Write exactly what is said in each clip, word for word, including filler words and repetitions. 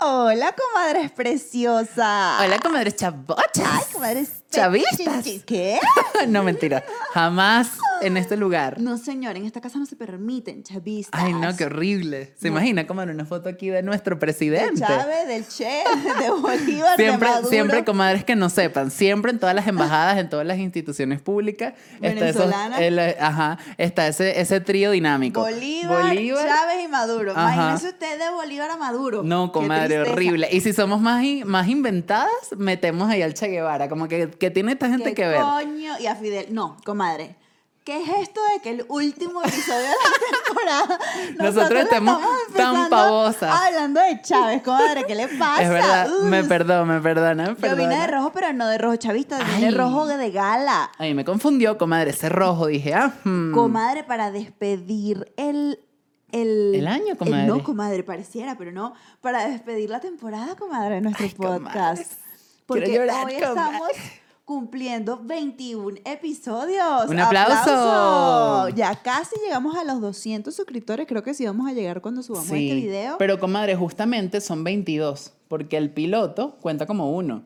Hola, comadres preciosas. Hola, comadres chabochas. Ay, comadres chavistas. ¿Qué? No, mentira. Jamás en este lugar. No, señor, en esta casa no se permiten chavistas. Ay, no, qué horrible. ¿Se No. imagina, comadre, una foto aquí de nuestro De presidente? Chávez, del Che, de Bolívar, Siempre, de Maduro. siempre, comadres que no sepan, siempre en todas las embajadas, en todas las instituciones públicas, está, esos- Venezolanas. el- ajá, está ese, ese trío dinámico. Bolívar, Chávez y Maduro. Ajá. Imagínese usted de Bolívar a Maduro. No, Qué comadre, tristeza. horrible. Y si somos más, in- más inventadas, metemos ahí al Che Guevara. Como que, que tiene esta gente ¿Qué que ver. coño? Y a Fidel. No, comadre. ¿Qué es esto de que el último episodio de la temporada Nosotros lo estamos tan empezando pavosas? Hablando de Chávez, comadre, ¿qué le pasa? Es verdad, Uf. me perdono, me perdona, me Yo perdona. vine de rojo, pero no de rojo chavista, vine de Ay. rojo de gala. A mí me confundió, comadre, ese rojo. Dije, ah, hmm. Comadre, para despedir el... El, ¿El año, el- comadre? no, comadre, pareciera, pero no. Para despedir la temporada, comadre, de nuestro Ay, comadre. podcast. Porque Quiero llorar, hoy comadre. estamos cumpliendo veintiún episodios. ¡Un aplauso! Ya casi llegamos a los doscientos suscriptores. Creo que sí vamos a llegar cuando subamos Sí, este video. pero comadre, justamente son veintidós, porque el piloto cuenta como uno.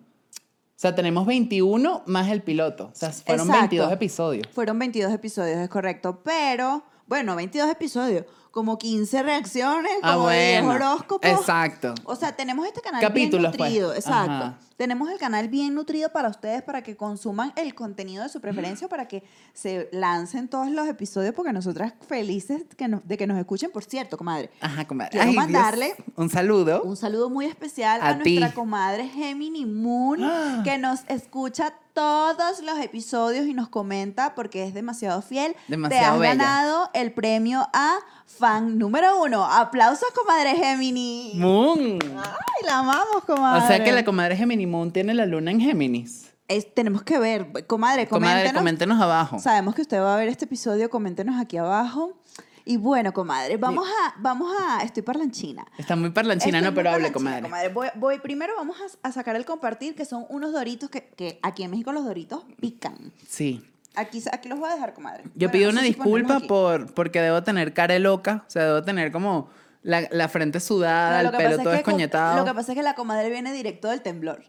O sea, tenemos veintiuno más el piloto. O sea, fueron Exacto. veintidós episodios. Fueron veintidós episodios, es correcto. Pero, bueno, veintidós episodios. Como quince reacciones, Ah, como diez bueno. horóscopos. Exacto. O sea, tenemos este canal Capítulos, bien nutrido, pues. exacto. Ajá. Tenemos el canal bien nutrido para ustedes, para que consuman el contenido de su preferencia, para que se lancen todos los episodios, porque nosotras felices que nos- de que nos escuchen. Por cierto, comadre, Ajá, comadre. Quiero Ay, Dios. mandarle un saludo. un saludo muy especial a, A ti. nuestra comadre Gemini Moon, que nos escucha todos los episodios y nos comenta porque es demasiado fiel. Demasiado Te has bella. ganado el premio a fan número uno. Aplausos, comadre Gemini. Moon. Ay, la amamos, comadre. O sea que la comadre Gemini Moon tiene la luna en Géminis. Es- tenemos que ver, comadre, Comadre, coméntenos. coméntenos abajo. Sabemos que usted va a ver este episodio, coméntenos aquí abajo. Y bueno, comadre, vamos a, vamos a, estoy parlanchina. Está muy parlanchina, Estoy no, pero muy hable, parlanchina, comadre. Voy, voy- primero vamos a, a sacar el compartir, que son unos doritos que, que aquí en México los doritos pican. Sí. Aquí, aquí los voy a dejar, comadre. Yo Bueno, pido no una sé si ponerlos disculpa aquí. por, porque debo tener cara de loca. O sea, debo tener como la, la frente sudada, No, el lo que pelo pasa todo es que co- escoñetado. Lo que pasa es que la comadre viene directo del temblor.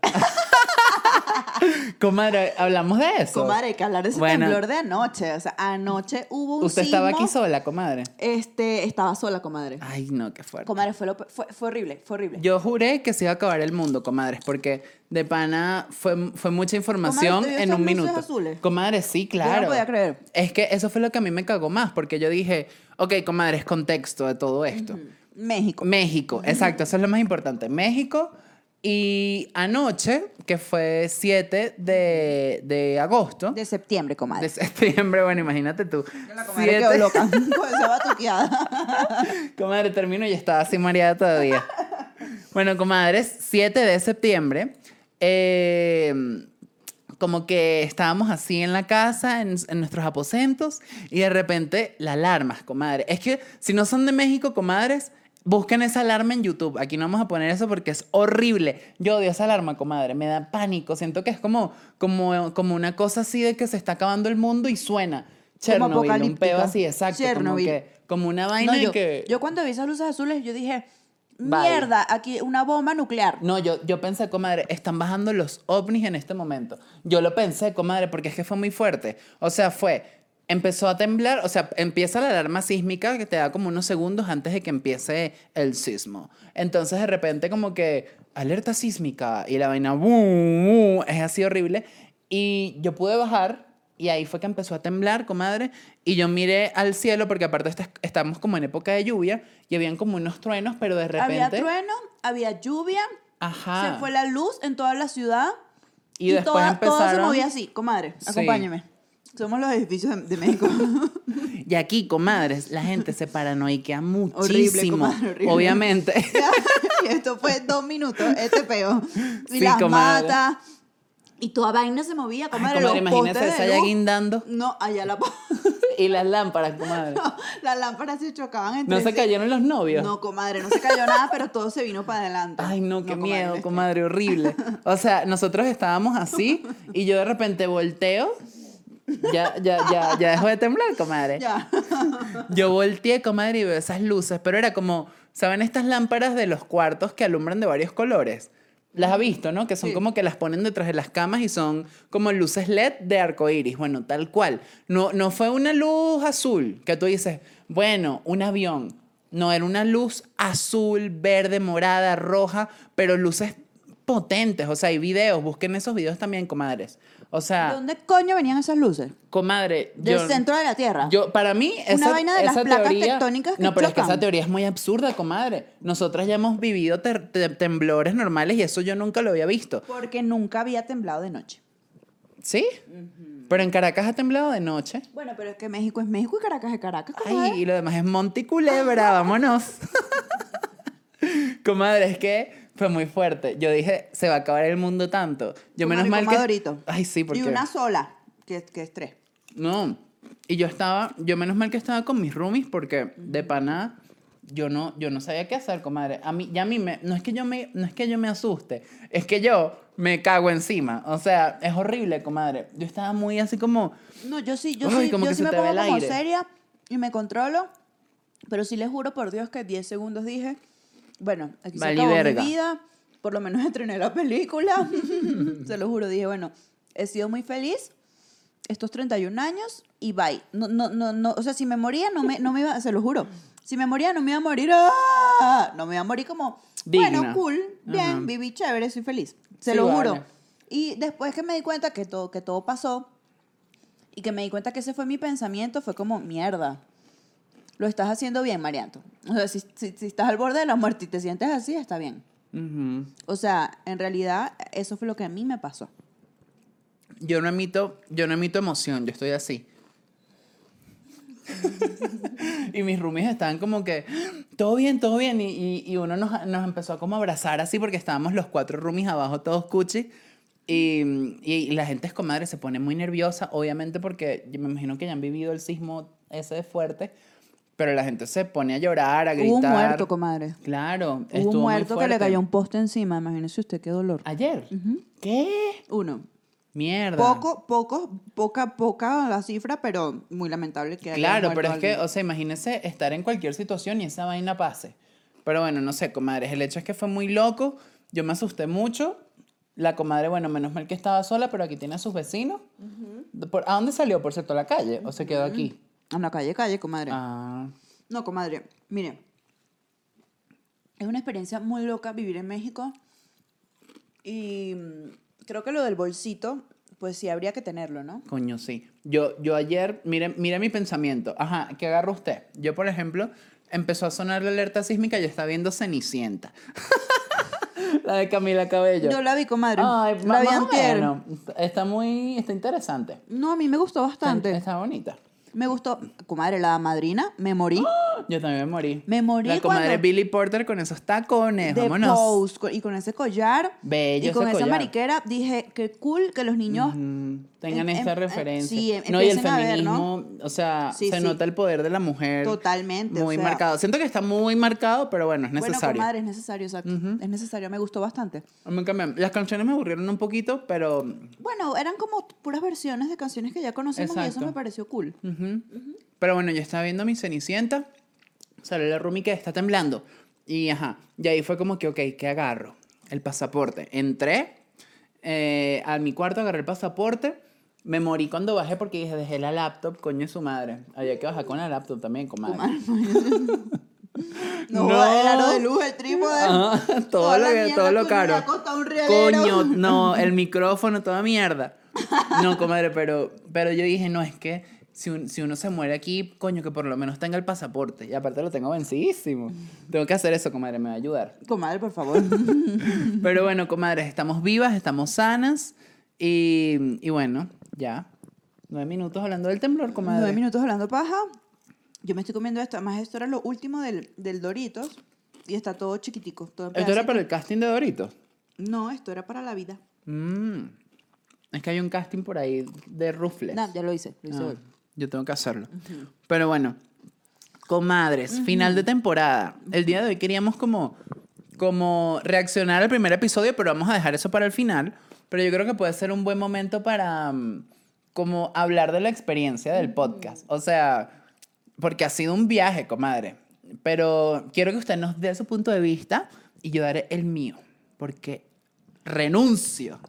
Comadre, hablamos de eso. Comadre, hay que hablar de ese Bueno. temblor de anoche. O sea, anoche hubo un Usted estaba sismo. aquí sola, comadre. Este, estaba sola, comadre. Ay, no, qué fuerte. Comadre, fue, lo pe- fue, fue horrible, fue horrible. Yo juré que se iba a acabar el mundo, comadres, porque de pana fue, fue mucha información Comadre, ¿usted en vio un esas luces minuto. azules? Comadre, sí, claro. no podía creer. Es que eso fue lo que a mí me cagó más, porque yo dije, ok, comadre, es contexto de todo esto. México. México, exacto, eso es lo más importante. México y anoche, que fue siete de, de agosto, De septiembre, comadre. de septiembre, bueno, imagínate tú. La comadre quedó siete- loca. Con esa batuqueada. Comadre, termino y estaba así mareada todavía. Bueno, comadres, siete de septiembre, eh, como que estábamos así en la casa, en, en nuestros aposentos, y de repente la alarma, comadre. Es que si no son de México, comadres, busquen esa alarma en YouTube. Aquí no vamos a poner eso porque es horrible. Yo odio esa alarma, comadre. Me da pánico. Siento que es como, como, como una cosa así de que se está acabando el mundo y suena. Chernobyl, un apocalíptica. peo así, exacto. Como, Chernobyl. que, como una vaina No, de yo, que... yo cuando vi esas luces azules, yo dije, Vaya. mierda, aquí una bomba nuclear. No, yo, yo pensé, comadre, están bajando los ovnis en este momento. Yo lo pensé, comadre, porque es que fue muy fuerte. O sea, fue, empezó a temblar, o sea, empieza la alarma sísmica que te da como unos segundos antes de que empiece el sismo. Entonces, de repente, como que, alerta sísmica, y la vaina, ¡bum, bum! Es así horrible. Y yo pude bajar, y ahí fue que empezó a temblar, comadre, y yo miré al cielo, porque aparte está- estamos como en época de lluvia, y habían como unos truenos, pero de repente... Había trueno, había lluvia, Ajá. se fue la luz en toda la ciudad. Y después toda- todo se empezaron- movía así, comadre, Sí. acompáñeme. Somos los edificios de, de México. Y aquí, comadres, la gente se paranoiquea muchísimo. comadre, horrible. Obviamente. Y esto fue dos minutos, este peo. Y Sí, las comadre. matas. Y toda vaina se movía, Ay, comadre. comadre, los imagínese postes esa de allá luz. guindando. No, allá la... Y las lámparas, comadre. Las lámparas se chocaban entre ¿No se sí. cayeron los novios? No, comadre, no se cayó nada, pero todo se vino para adelante. Ay, no, qué comadre, miedo, este- comadre, horrible. O sea, nosotros estábamos así y yo de repente volteo. Ya, ya, ya, ya dejó de temblar, comadre. Ya. Yo volteé, comadre, y veo esas luces, pero era como, ¿saben estas lámparas de los cuartos que alumbran de varios colores? Las ha visto, ¿no? Que son Sí. como que las ponen detrás de las camas y son como luces L E D de arcoíris. Bueno, tal cual. No, no fue una luz azul que tú dices, bueno, un avión. No, era una luz azul, verde, morada, roja, pero luces potentes. O sea, hay videos. Busquen esos videos también, comadres. O ¿De sea, dónde coño venían esas luces? comadre, Del yo... centro de la Tierra. Yo, para mí, esa, vaina de las esa placas teoría, tectónicas que no, pero es que chocan. esa teoría es muy absurda, comadre. Nosotras ya hemos vivido ter- te- temblores normales y eso yo nunca lo había visto. Porque nunca había temblado de noche. ¿Sí? Pero en Caracas ha temblado de noche. Bueno, pero es que México es México y Caracas es Caracas. comadre. Ay, y lo demás es Monte y Culebra, vámonos. Comadre, es que fue muy fuerte. Yo dije, se va a acabar el mundo tanto. Yo Comadre, menos mal coma que... Dorito. Ay, sí, porque... Y una sola, que, que es tres. No, y yo estaba, yo menos mal que estaba con mis roomies porque de pana yo no, yo no sabía qué hacer, comadre. A mí, ya a mí me, no es que yo me, no es que yo me asuste, es que yo me cago encima. O sea, es horrible, comadre. Yo estaba muy así como, No, yo sí, yo Ay, sí, como yo que sí se me te pongo ve el como aire. seria y me controlo. Pero sí les juro por Dios que diez segundos dije, bueno, aquí se Valí acabó verga. mi vida, por lo menos estrené la película. Se lo juro, dije, bueno, he sido muy feliz estos treinta y un años y bye. No, no, no, no, o sea, si me moría, no me, no me iba, se lo juro. Si me moría, no me iba a morir, ¡ah! No me iba a morir como, Digna. bueno, cool, bien, Ajá. viví chévere, soy feliz. Se Sí, lo vale. juro. Y después que me di cuenta que todo, que todo pasó y que me di cuenta que ese fue mi pensamiento, fue como, mierda, lo estás haciendo bien, Marianto. O sea, si, si, si estás al borde de la muerte y te sientes así, está bien. ujú. O sea, en realidad, eso fue lo que a mí me pasó. Yo no emito, yo no emito emoción, yo estoy así. Y mis roomies estaban como que, todo bien, todo bien. Y, y, y uno nos, nos empezó a como abrazar así porque estábamos los cuatro roomies abajo, todos cuchi. Y, y, y la gente es comadre, se pone muy nerviosa, obviamente porque yo me imagino que ya han vivido el sismo ese de fuerte. Pero la gente se pone a llorar, a gritar. Hubo un muerto, comadre. Claro, Hubo estuvo un muy muerto que le fuerte. cayó un poste encima. Imagínese usted qué dolor. ¿Ayer? ¿Qué? Uno. Mierda. Poco, poco, poca, poca la cifra, pero muy lamentable que haya Claro, muerto pero es que, alguien. o sea, imagínese estar en cualquier situación y esa vaina pase. Pero bueno, no sé, comadres, el hecho es que fue muy loco. Yo me asusté mucho. La comadre, bueno, menos mal que estaba sola, pero aquí tiene a sus vecinos. Por- ¿A dónde salió, por cierto? ¿A la calle? ¿O se quedó aquí? En la calle, calle, comadre. Ah, No, comadre, mire. Es una experiencia muy loca vivir en México. Y mm, creo que lo del bolsito, pues sí habría que tenerlo, ¿no? coño, sí. Yo, yo ayer, mire, mire mi pensamiento. Ajá, ¿qué agarra usted? Yo, por ejemplo, empezó a sonar la alerta sísmica y yo estaba viendo Cenicienta. La de Camila Cabello. Yo la vi, comadre. Ay, la ma- vi más o antier. menos. Está muy, está interesante. No, a mí me gustó bastante. Está, está bonita. Me gustó. Comadre, la madrina, me morí. Yo también me morí. Me morí La comadre cuando- Billy Porter con esos tacones, De vámonos. Pose, con- y con ese collar. Bello y con ese esa collar. mariquera, dije, qué cool que los niños... Mm, tengan em- esta em- referencia. sí, em- no, y el empiecen a ver, feminismo, o sea, Sí, se sí. nota el poder de la mujer. Totalmente, o Muy sea- marcado. Siento que está muy marcado, pero bueno, es necesario. Bueno, comadre, es necesario, exacto. Es necesario, me gustó bastante. A mí también. Las canciones me aburrieron un poquito, pero... Bueno, eran como puras versiones de canciones que ya conocemos y eso Exacto. me pareció cool. Ujú. Pero bueno, yo estaba viendo mi Cenicienta, sale la roomie que está temblando. Y ajá, y ahí fue como que, ok, ¿qué agarro? El pasaporte. Entré eh, a mi cuarto, agarré el pasaporte. Me morí cuando bajé porque dije, dejé la laptop, coño de su madre. Había que bajar con la laptop también, comadre. No, No. el aro de luz, el trípode. Ajá, todo toda lo, la que- mierda todo lo que caro. me ha costado un realero. Coño, no, el micrófono, toda mierda. No, comadre, pero, pero yo dije, no, es que si, un- si uno se muere aquí, coño, que por lo menos tenga el pasaporte. Y aparte lo tengo vencidísimo. Tengo que hacer eso, comadre, me va a ayudar. Comadre, por favor. Pero bueno, comadres, estamos vivas, estamos sanas. Y, y bueno, ya. Nueve minutos hablando del temblor, comadre. Nueve minutos hablando paja. Yo me estoy comiendo esto. Además, esto era lo último del, del Doritos. Y está todo chiquitico. Todo en ¿Esto era pedacitos. para el casting de Doritos? No, esto era para la vida. Mm. Es que hay un casting por ahí de Rufles. No, ya lo hice. Lo hice Ah, hoy. yo tengo que hacerlo. Pero bueno, comadres, final de temporada. El día de hoy queríamos como, como reaccionar al primer episodio, pero vamos a dejar eso para el final. Pero yo creo que puede ser un buen momento para mm, como hablar de la experiencia del podcast. O sea, porque ha sido un viaje, comadre. pero quiero que usted nos dé su punto de vista y yo daré el mío, porque renuncio.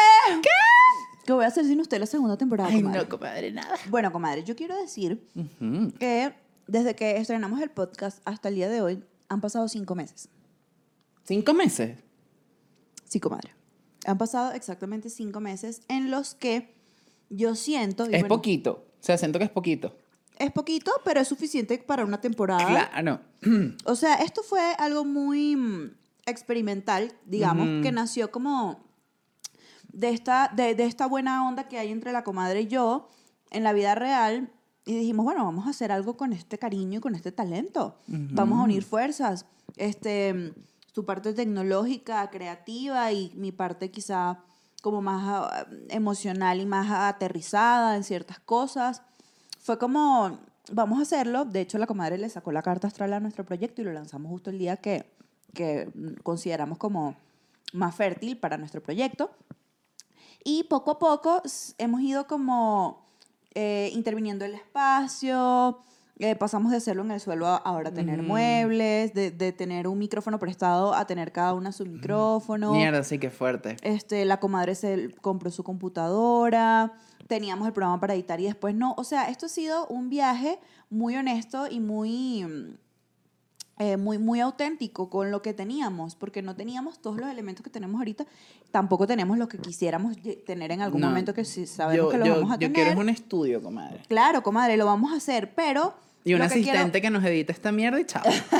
¿Qué voy a hacer sin usted la segunda temporada, Ay, comadre? no, comadre, nada. Bueno, comadre, yo quiero decir Ujú. que desde que estrenamos el podcast hasta el día de hoy han pasado cinco meses. ¿Cinco meses? Sí, comadre. Han pasado exactamente cinco meses en los que yo siento... y Es bueno, poquito. O sea, siento que es poquito. es poquito, pero es suficiente para una temporada. Claro. O sea, esto fue algo muy mm, experimental, digamos, Ujú. que nació como de esta, de, de esta buena onda que hay entre la comadre y yo en la vida real. Y dijimos, bueno, vamos a hacer algo con este cariño y con este talento. Vamos a unir fuerzas. Este, su parte tecnológica, creativa y mi parte quizá como más ah, emocional y más aterrizada en ciertas cosas. Fue como, vamos a hacerlo. De hecho, la comadre le sacó la carta astral a nuestro proyecto y lo lanzamos justo el día que, que consideramos como más fértil para nuestro proyecto. Y poco a poco s- hemos ido como eh, interviniendo el espacio, eh, pasamos de hacerlo en el suelo a ahora tener Mm. muebles, de, de tener un micrófono prestado a tener cada una su micrófono. Mierda, sí que fuerte. Este, la comadre se compró su computadora, teníamos el programa para editar y después no. O sea, esto ha sido un viaje muy honesto y muy, mm, eh, muy, muy auténtico con lo que teníamos, porque no teníamos todos los elementos que tenemos ahorita, tampoco tenemos lo que quisiéramos lle- tener en algún No, momento que sí sabemos yo, que lo yo, vamos a yo tener. quiero es un estudio, comadre. Claro, comadre, lo vamos a hacer, pero Y un lo que quiero- asistente que nos edite esta mierda y chao.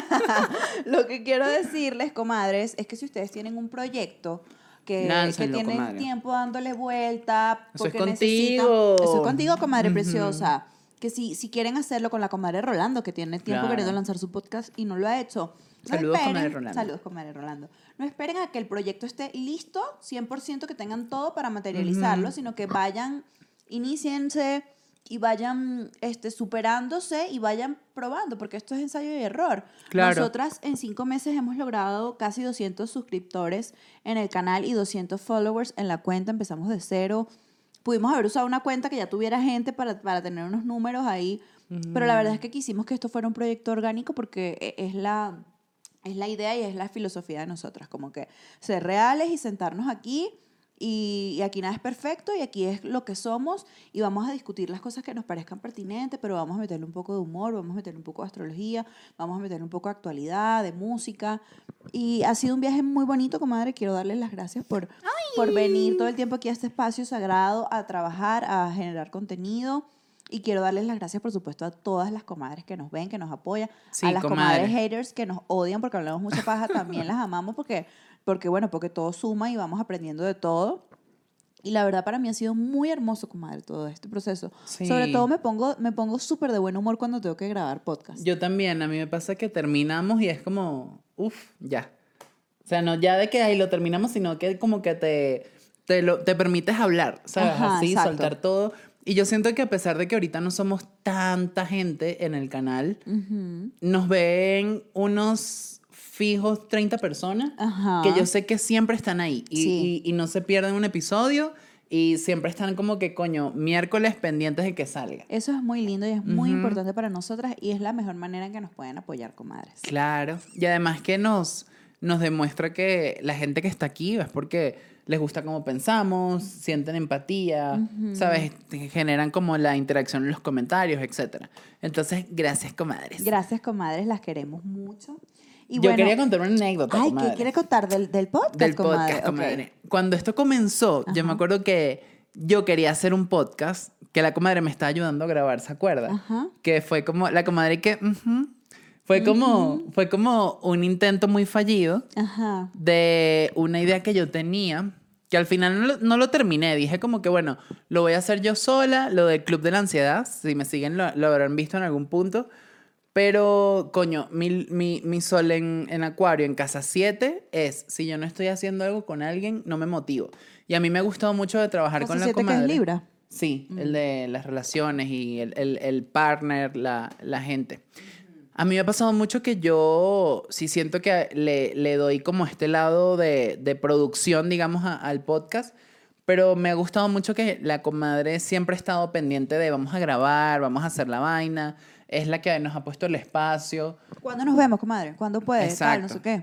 Lo que quiero decirles, comadres, es que si ustedes tienen un proyecto que, que Lánzalo, tienen comadre. tiempo dándole vuelta, Eso es porque necesitan... contigo. Eso es contigo, comadre Ujú. preciosa. Que si, si quieren hacerlo con la comadre Rolando, que tiene tiempo Claro. queriendo lanzar su podcast y no lo ha hecho. No Saludos, esperen- comadre Rolando. Saludos, comadre Rolando. No esperen a que el proyecto esté listo, cien por ciento que tengan todo para materializarlo, Ujú. sino que vayan, iniciense y vayan este, superándose y vayan probando, porque esto es ensayo y error. Claro. Nosotras en cinco meses hemos logrado casi doscientos suscriptores en el canal y doscientos followers en la cuenta. Empezamos de cero. Pudimos haber usado una cuenta que ya tuviera gente para, para tener unos números ahí, pero la verdad es que quisimos que esto fuera un proyecto orgánico porque e- es la, es la idea y es la filosofía de nosotras, como que ser reales y sentarnos aquí y, y aquí nada es perfecto y aquí es lo que somos y vamos a discutir las cosas que nos parezcan pertinentes, pero vamos a meterle un poco de humor, vamos a meterle un poco de astrología, vamos a meterle un poco de actualidad, de música y ha sido un viaje muy bonito, comadre. Quiero darles las gracias por, por venir todo el tiempo aquí a este espacio sagrado a trabajar, a generar contenido. Y quiero darles las gracias, por supuesto, a todas las comadres que nos ven, que nos apoyan. Sí, a las comadre. comadres haters que nos odian porque hablamos mucha paja, también las amamos porque, porque, bueno, porque todo suma y vamos aprendiendo de todo. Y la verdad para mí ha sido muy hermoso, comadre, todo este proceso. Sí. Sobre todo me pongo me pongo súper de buen humor cuando tengo que grabar podcast. Yo también, a mí me pasa que terminamos y es como, uff, ya. O sea, no ya de que ahí lo terminamos, sino que como que te, te, lo, te permites hablar, ¿sabes? Ajá, Así, exacto. soltar todo. Y yo siento que a pesar de que ahorita no somos tanta gente en el canal, Ujú. nos ven unos fijos treinta personas Ajá. que yo sé que siempre están ahí y, Sí. y, y no se pierden un episodio y siempre están como que, coño, miércoles pendientes de que salga. Eso es muy lindo y es muy Ujú. importante para nosotras y es la mejor manera en que nos pueden apoyar, comadres. Claro. Y además que nos, nos demuestra que la gente que está aquí es porque les gusta cómo pensamos, sienten empatía, ¿sabes? Generan como la interacción en los comentarios, etcétera. Entonces, gracias, comadres. Gracias, comadres, las queremos mucho. Y Yo bueno, quería contar una anécdota, ay, comadre. ¿qué quiere contar del, del podcast, Del comadre? podcast, Ok. comadre. Cuando esto comenzó, yo me Ajá. acuerdo que yo quería hacer un podcast que la comadre me estaba ayudando a grabar, ¿se acuerda? Ajá. Que fue como, la comadre que, ujú, fue como, fue como un intento muy fallido Ajá. de una idea que yo tenía, que al final no lo, no lo terminé. Dije como que, bueno, lo voy a hacer yo sola, lo del Club de la Ansiedad, si me siguen lo, lo habrán visto en algún punto. Pero, coño, mi, mi, mi sol en, en Acuario, en casa siete, es, si yo no estoy haciendo algo con alguien, no me motivo. Y a mí me ha gustado mucho de trabajar Casa con la siete, que es comadre. Libra. Sí, el de las relaciones y el, el, el partner, la, la gente. A mí me ha pasado mucho que yo sí siento que le, le doy como este lado de, de producción, digamos, a- al podcast, pero me ha gustado mucho que la comadre siempre ha estado pendiente de vamos a grabar, vamos a hacer la vaina. es la que nos ha puesto el espacio. ¿Cuándo nos vemos, comadre? ¿Cuándo puedes? Tal, no Exacto. sé qué.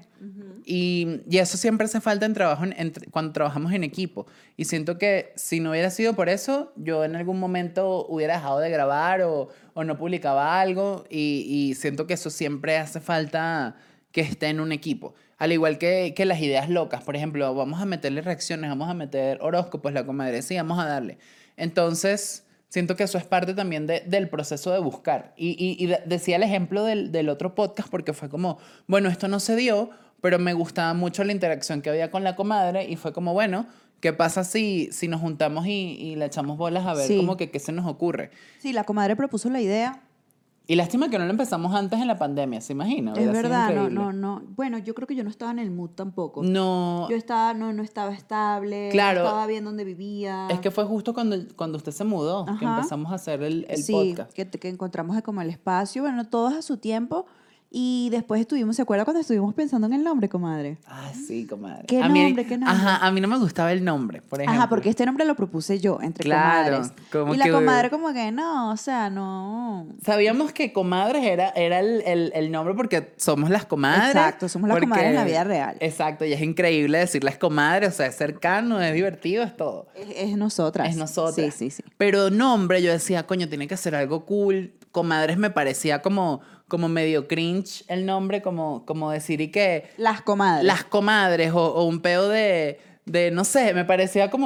Y, y eso siempre hace falta en trabajo en- en- cuando trabajamos en equipo. Y siento que si no hubiera sido por eso, yo en algún momento hubiera dejado de grabar o, o no publicaba algo. Y, y siento que eso siempre hace falta que esté en un equipo. Al igual que, que las ideas locas. Por ejemplo, vamos a meterle reacciones, vamos a meter horóscopos, la comadre. Sí, vamos a darle. Entonces, siento que eso es parte también de- del proceso de buscar. Y, y- y de- decía el ejemplo del, del otro podcast porque fue como, bueno, esto no se dio, pero me gustaba mucho la interacción que había con la comadre y fue como, bueno, ¿qué pasa si, si nos juntamos y, y le echamos bolas a ver Sí. como que qué se nos ocurre? Sí, la comadre propuso la idea. Y lástima que no lo empezamos antes en la pandemia, ¿se imagina? Es Hubiera sido verdad, no, increíble. no, no. Bueno, yo creo que yo no estaba en el mood tampoco. No, Yo estaba, no, no estaba estable, Claro. no estaba bien donde vivía. es que fue justo cuando, cuando usted se mudó que Ajá. empezamos a hacer el, el sí, podcast. que, que encontramos como el espacio, bueno, todos a su tiempo. Y después estuvimos, ¿se acuerda cuando estuvimos pensando en el nombre, comadre? Ah, sí, comadre. ¿Qué a mí, nombre, qué nombre? Ajá, a mí no me gustaba el nombre, por ejemplo. Ajá, porque este nombre lo propuse yo, entre Claro, comadres. como Y la que- comadre como que, no, o sea, no. Sabíamos que comadres era, era el, el- el nombre porque somos las comadres. Exacto, somos las porque- comadres en la vida real. Exacto, y es increíble decirles comadres, o sea, es cercano, es divertido, es todo. Es, es nosotras. Es nosotras. Sí, sí, sí. Pero nombre, yo decía, coño, tiene que ser algo cool. Comadres me parecía como, como medio cringe el nombre, como, como decir y que Las comadres. las comadres o, o un peo de, de, no sé, me parecía como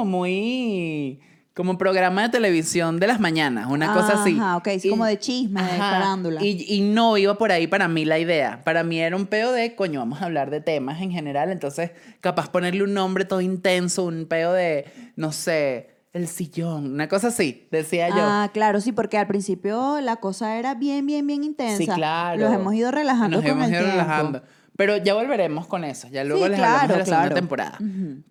muy, como programa de televisión de las mañanas, una cosa así. Ajá, ok, sí, como de chisme, de farándula. Y, y no iba por ahí para mí la idea. Para mí era un peo de, coño, vamos a hablar de temas en general, entonces capaz ponerle un nombre todo intenso, un peo de, no sé, el sillón, una cosa así, decía yo. Ah, claro, sí, porque al principio la cosa era bien, bien, bien intensa. Sí, claro. Los hemos ido relajando Nos con hemos el ido tiempo. relajando. Pero ya volveremos con eso. Ya luego Sí, les hablamos claro, de la segunda claro. temporada.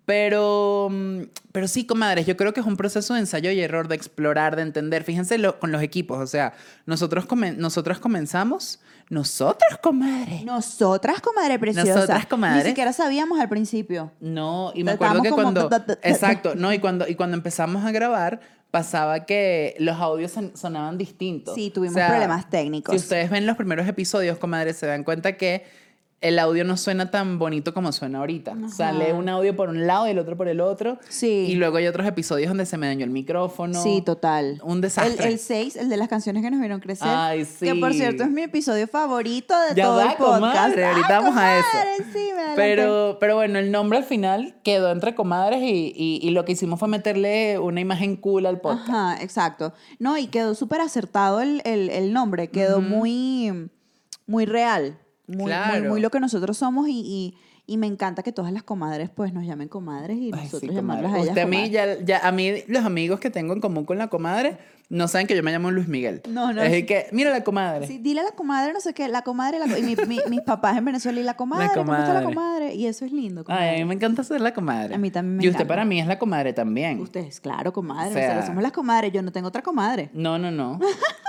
Pero, mm, pero sí, comadres, yo creo que es un proceso de ensayo y error, de explorar, de entender. Fíjense lo- con los equipos. O sea, nosotros, comen- nosotros comenzamos, nosotras, comadres. Nosotras, comadre preciosa. Nosotras, comadre. Ni siquiera sabíamos al principio. No, y me Estábamos acuerdo que como- cuando... Exacto, no, y cuando, y cuando empezamos a grabar, pasaba que los audios son- sonaban distintos. Sí, tuvimos problemas técnicos. Si ustedes ven los primeros episodios, comadres, se dan cuenta que el audio no suena tan bonito como suena ahorita. Sale un audio por un lado y el otro por el otro. Sí. Y luego hay otros episodios donde se me dañó el micrófono. Sí, total. Un desastre. El, el seis, el de las canciones que nos vieron crecer. Ay, sí. Que por cierto es mi episodio favorito de Ya todo va, el podcast. comadre, ahorita Ay, vamos a eso. comadre, sí, me adelanté. Pero, pero bueno, el nombre al final quedó entre comadres y, y, y lo que hicimos fue meterle una imagen cool al podcast. Ajá, exacto. No, y quedó súper acertado el, el, el nombre. Quedó muy, muy real. Muy, Claro. muy, muy lo que nosotros somos y, y, y me encanta que todas las comadres pues nos llamen comadres y Ay, nosotros sí, llamarlas comadre. a ellas Usted a mí, comadres. ya, ya, a mí, los amigos que tengo en común con la comadre, no saben que yo me llamo Luis Miguel. No, no, Es sí. que, mira la comadre. Sí, dile a la comadre, no sé qué, la comadre, la co- y mi- mi- mis papás en Venezuela y la comadre, ¿cómo está la comadre. comadre? Y eso es lindo, Ay, comadre. a mí me encanta ser la comadre. A mí también me Y usted encanta. para mí es la comadre también. Ustedes, claro, comadre, O sea- nosotros somos las comadres, yo no tengo otra comadre. No, no, no.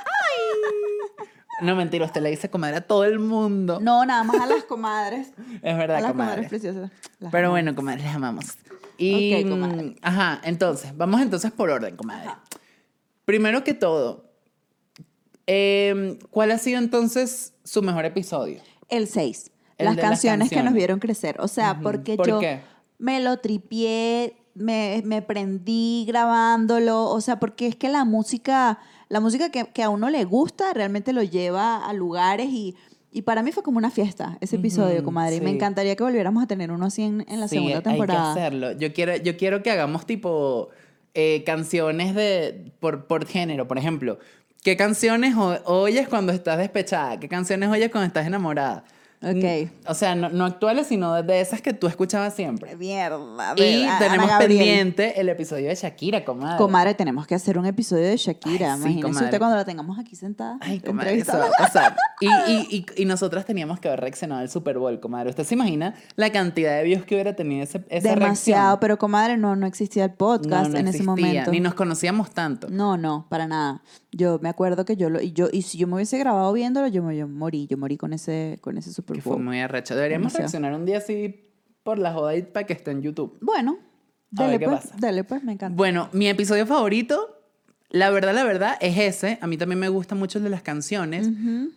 No, mentira, usted le dice comadre a todo el mundo. No, nada más a las comadres. Es verdad, a las comadre. comadres preciosas. Las Pero amo. bueno, comadre, les amamos. Y, Ok, comadre. mm, ajá, entonces, vamos entonces por orden, comadre. Primero que todo, em, ¿cuál ha sido entonces su mejor episodio? El seis. El Las de las canciones que nos canciones. vieron crecer. O sea, porque ¿Por yo qué? me lo tripié, me, me prendí grabándolo. O sea, porque es que la música, la música que, que a uno le gusta realmente lo lleva a lugares y, y para mí fue como una fiesta ese episodio, Ujú, comadre. Y me sí. encantaría que volviéramos a tener uno así en, en la Sí, segunda temporada. hay que hacerlo. Yo quiero, yo quiero que hagamos tipo eh, canciones de, por, por género. Por ejemplo, ¿qué canciones o- oyes cuando estás despechada? ¿Qué canciones oyes cuando estás enamorada? Ok. Mm, O sea, no, no actuales, sino de, de esas que tú escuchabas siempre. Mierda. Y Ana tenemos Gabriel. pendiente el episodio de Shakira, comadre. Comadre, tenemos que hacer un episodio de Shakira. Ay, sí, Imagínense comadre. usted cuando la tengamos aquí sentada. Ay, comadre, eso va entrevistada. a pasar. Y, y, y, y nosotras teníamos que haber reaccionado al Super Bowl, comadre. ¿Usted se imagina la cantidad de views que hubiera tenido ese, esa Demasiado, reacción? pero comadre, no, no existía el podcast No, no en ese existía, momento. Ni nos conocíamos tanto. No, no, para nada. Yo me acuerdo que yo lo y yo y si yo me hubiese grabado viéndolo, yo, me- yo morí, yo morí con ese con ese Super Que fue Bowl. muy arrecho. Deberíamos Demasiado. reaccionar un día así por la joda y para que esté en YouTube. Bueno, A ver dale qué pues, pasa. dale pues, me encanta. Bueno, mi episodio favorito La verdad, la verdad es ese. A mí también me gusta mucho el de las canciones. Ujú.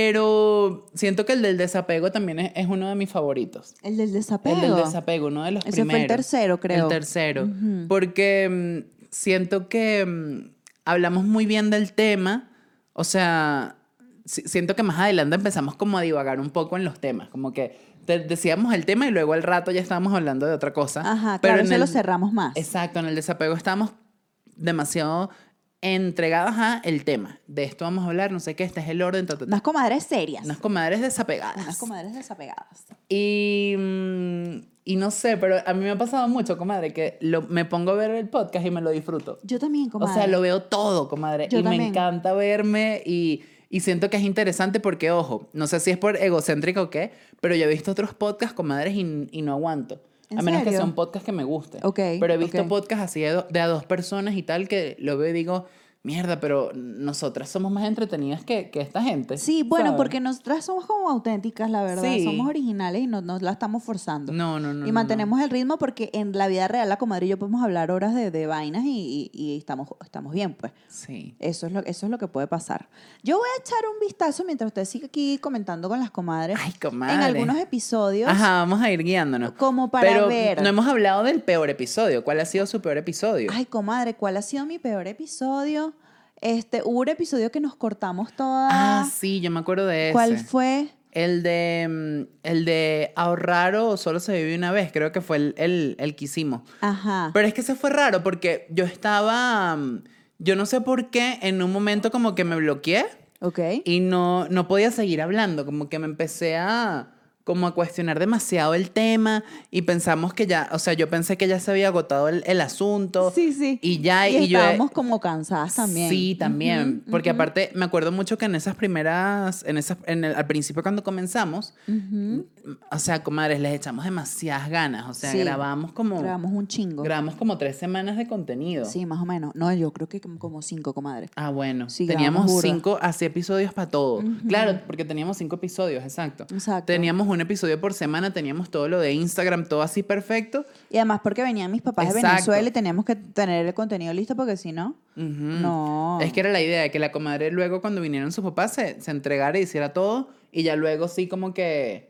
Pero siento que el del desapego también es, es uno de mis favoritos. El del desapego. El del desapego, uno de los Ese primeros. fue el tercero, creo. El tercero. Ujú. Porque mm, siento que mm, hablamos muy bien del tema. O sea, si- siento que más adelante empezamos como a divagar un poco en los temas. Como que te- decíamos el tema y luego al rato ya estábamos hablando de otra cosa. Ajá, Pero claro, en eso el, lo cerramos más. Exacto, en el desapego estábamos demasiado entregados a el tema. De esto vamos a hablar, no sé qué, este es el orden. Ta, ta, ta. Unas comadres serias. Unas comadres desapegadas. Unas comadres desapegadas. Y, mm, y no sé, pero a mí me ha pasado mucho, comadre, que lo, me pongo a ver el podcast y me lo disfruto. Yo también, comadre. O sea, lo veo todo, comadre. Yo y también. me encanta verme y, y siento que es interesante porque, ojo, no sé si es por egocéntrica o qué, pero yo he visto otros podcasts, comadres, y, y no aguanto. ¿En A menos que serio? sea un podcast que me guste. Ok, Pero he visto ok. podcasts así de, do- de a dos personas y tal que lo veo y digo, mierda, pero nosotras somos más entretenidas que, que esta gente. Sí, bueno, ¿sabes? porque nosotras somos como auténticas, la verdad. Sí. Somos originales y no nos la estamos forzando. No, no, no. Y no, mantenemos el ritmo porque en la vida real la comadre y yo podemos hablar horas de, de vainas y, y- y estamos, estamos bien, pues. no. Sí. Eso es, lo, eso es lo que puede pasar. Yo voy a echar un vistazo mientras usted sigue aquí comentando con las comadres. Ay, comadre. En algunos episodios. Ajá, vamos a ir guiándonos. Como para Pero ver. no hemos hablado del peor episodio. ¿Cuál ha sido su peor episodio? Ay, comadre, ¿cuál ha sido mi peor episodio? Este, hubo un episodio que nos cortamos todas. Ah, sí, yo me acuerdo de ese. ¿Cuál fue? El de, mm, el de ahorrar o solo se vive una vez, creo que fue el, el, el que hicimos. Ajá. Pero es que ese fue raro porque yo estaba, mm, yo no sé por qué, en un momento como que me bloqueé Ok. y no, no podía seguir hablando, como que me empecé a, como a cuestionar demasiado el tema y pensamos que ya, o sea, yo pensé que ya se había agotado el, el asunto. Sí, sí. Y ya, Y y, yo... estábamos como cansadas también. Sí, también. Ujú, Porque ujú, aparte me acuerdo mucho que en esas primeras, en esas, en el, al principio cuando comenzamos, ujú. o sea, comadres, les echamos demasiadas ganas. O sea, Sí. grabamos como, Grabamos un chingo. grabamos como tres semanas de contenido. Sí, más o menos. No, yo creo que como- como cinco, comadre. Ah, bueno. Sí, teníamos grabamos burda. cinco, así episodios para todo. Ujú. Claro, porque teníamos cinco episodios, exacto. Exacto. Teníamos un episodio por semana, teníamos todo lo de Instagram, todo así perfecto. Y además porque venían mis papás de Exacto. Venezuela y teníamos que tener el contenido listo porque si no, Ujú. no. Es que era la idea de que la comadre luego cuando vinieron sus papás se, se entregara y hiciera todo y ya luego sí como que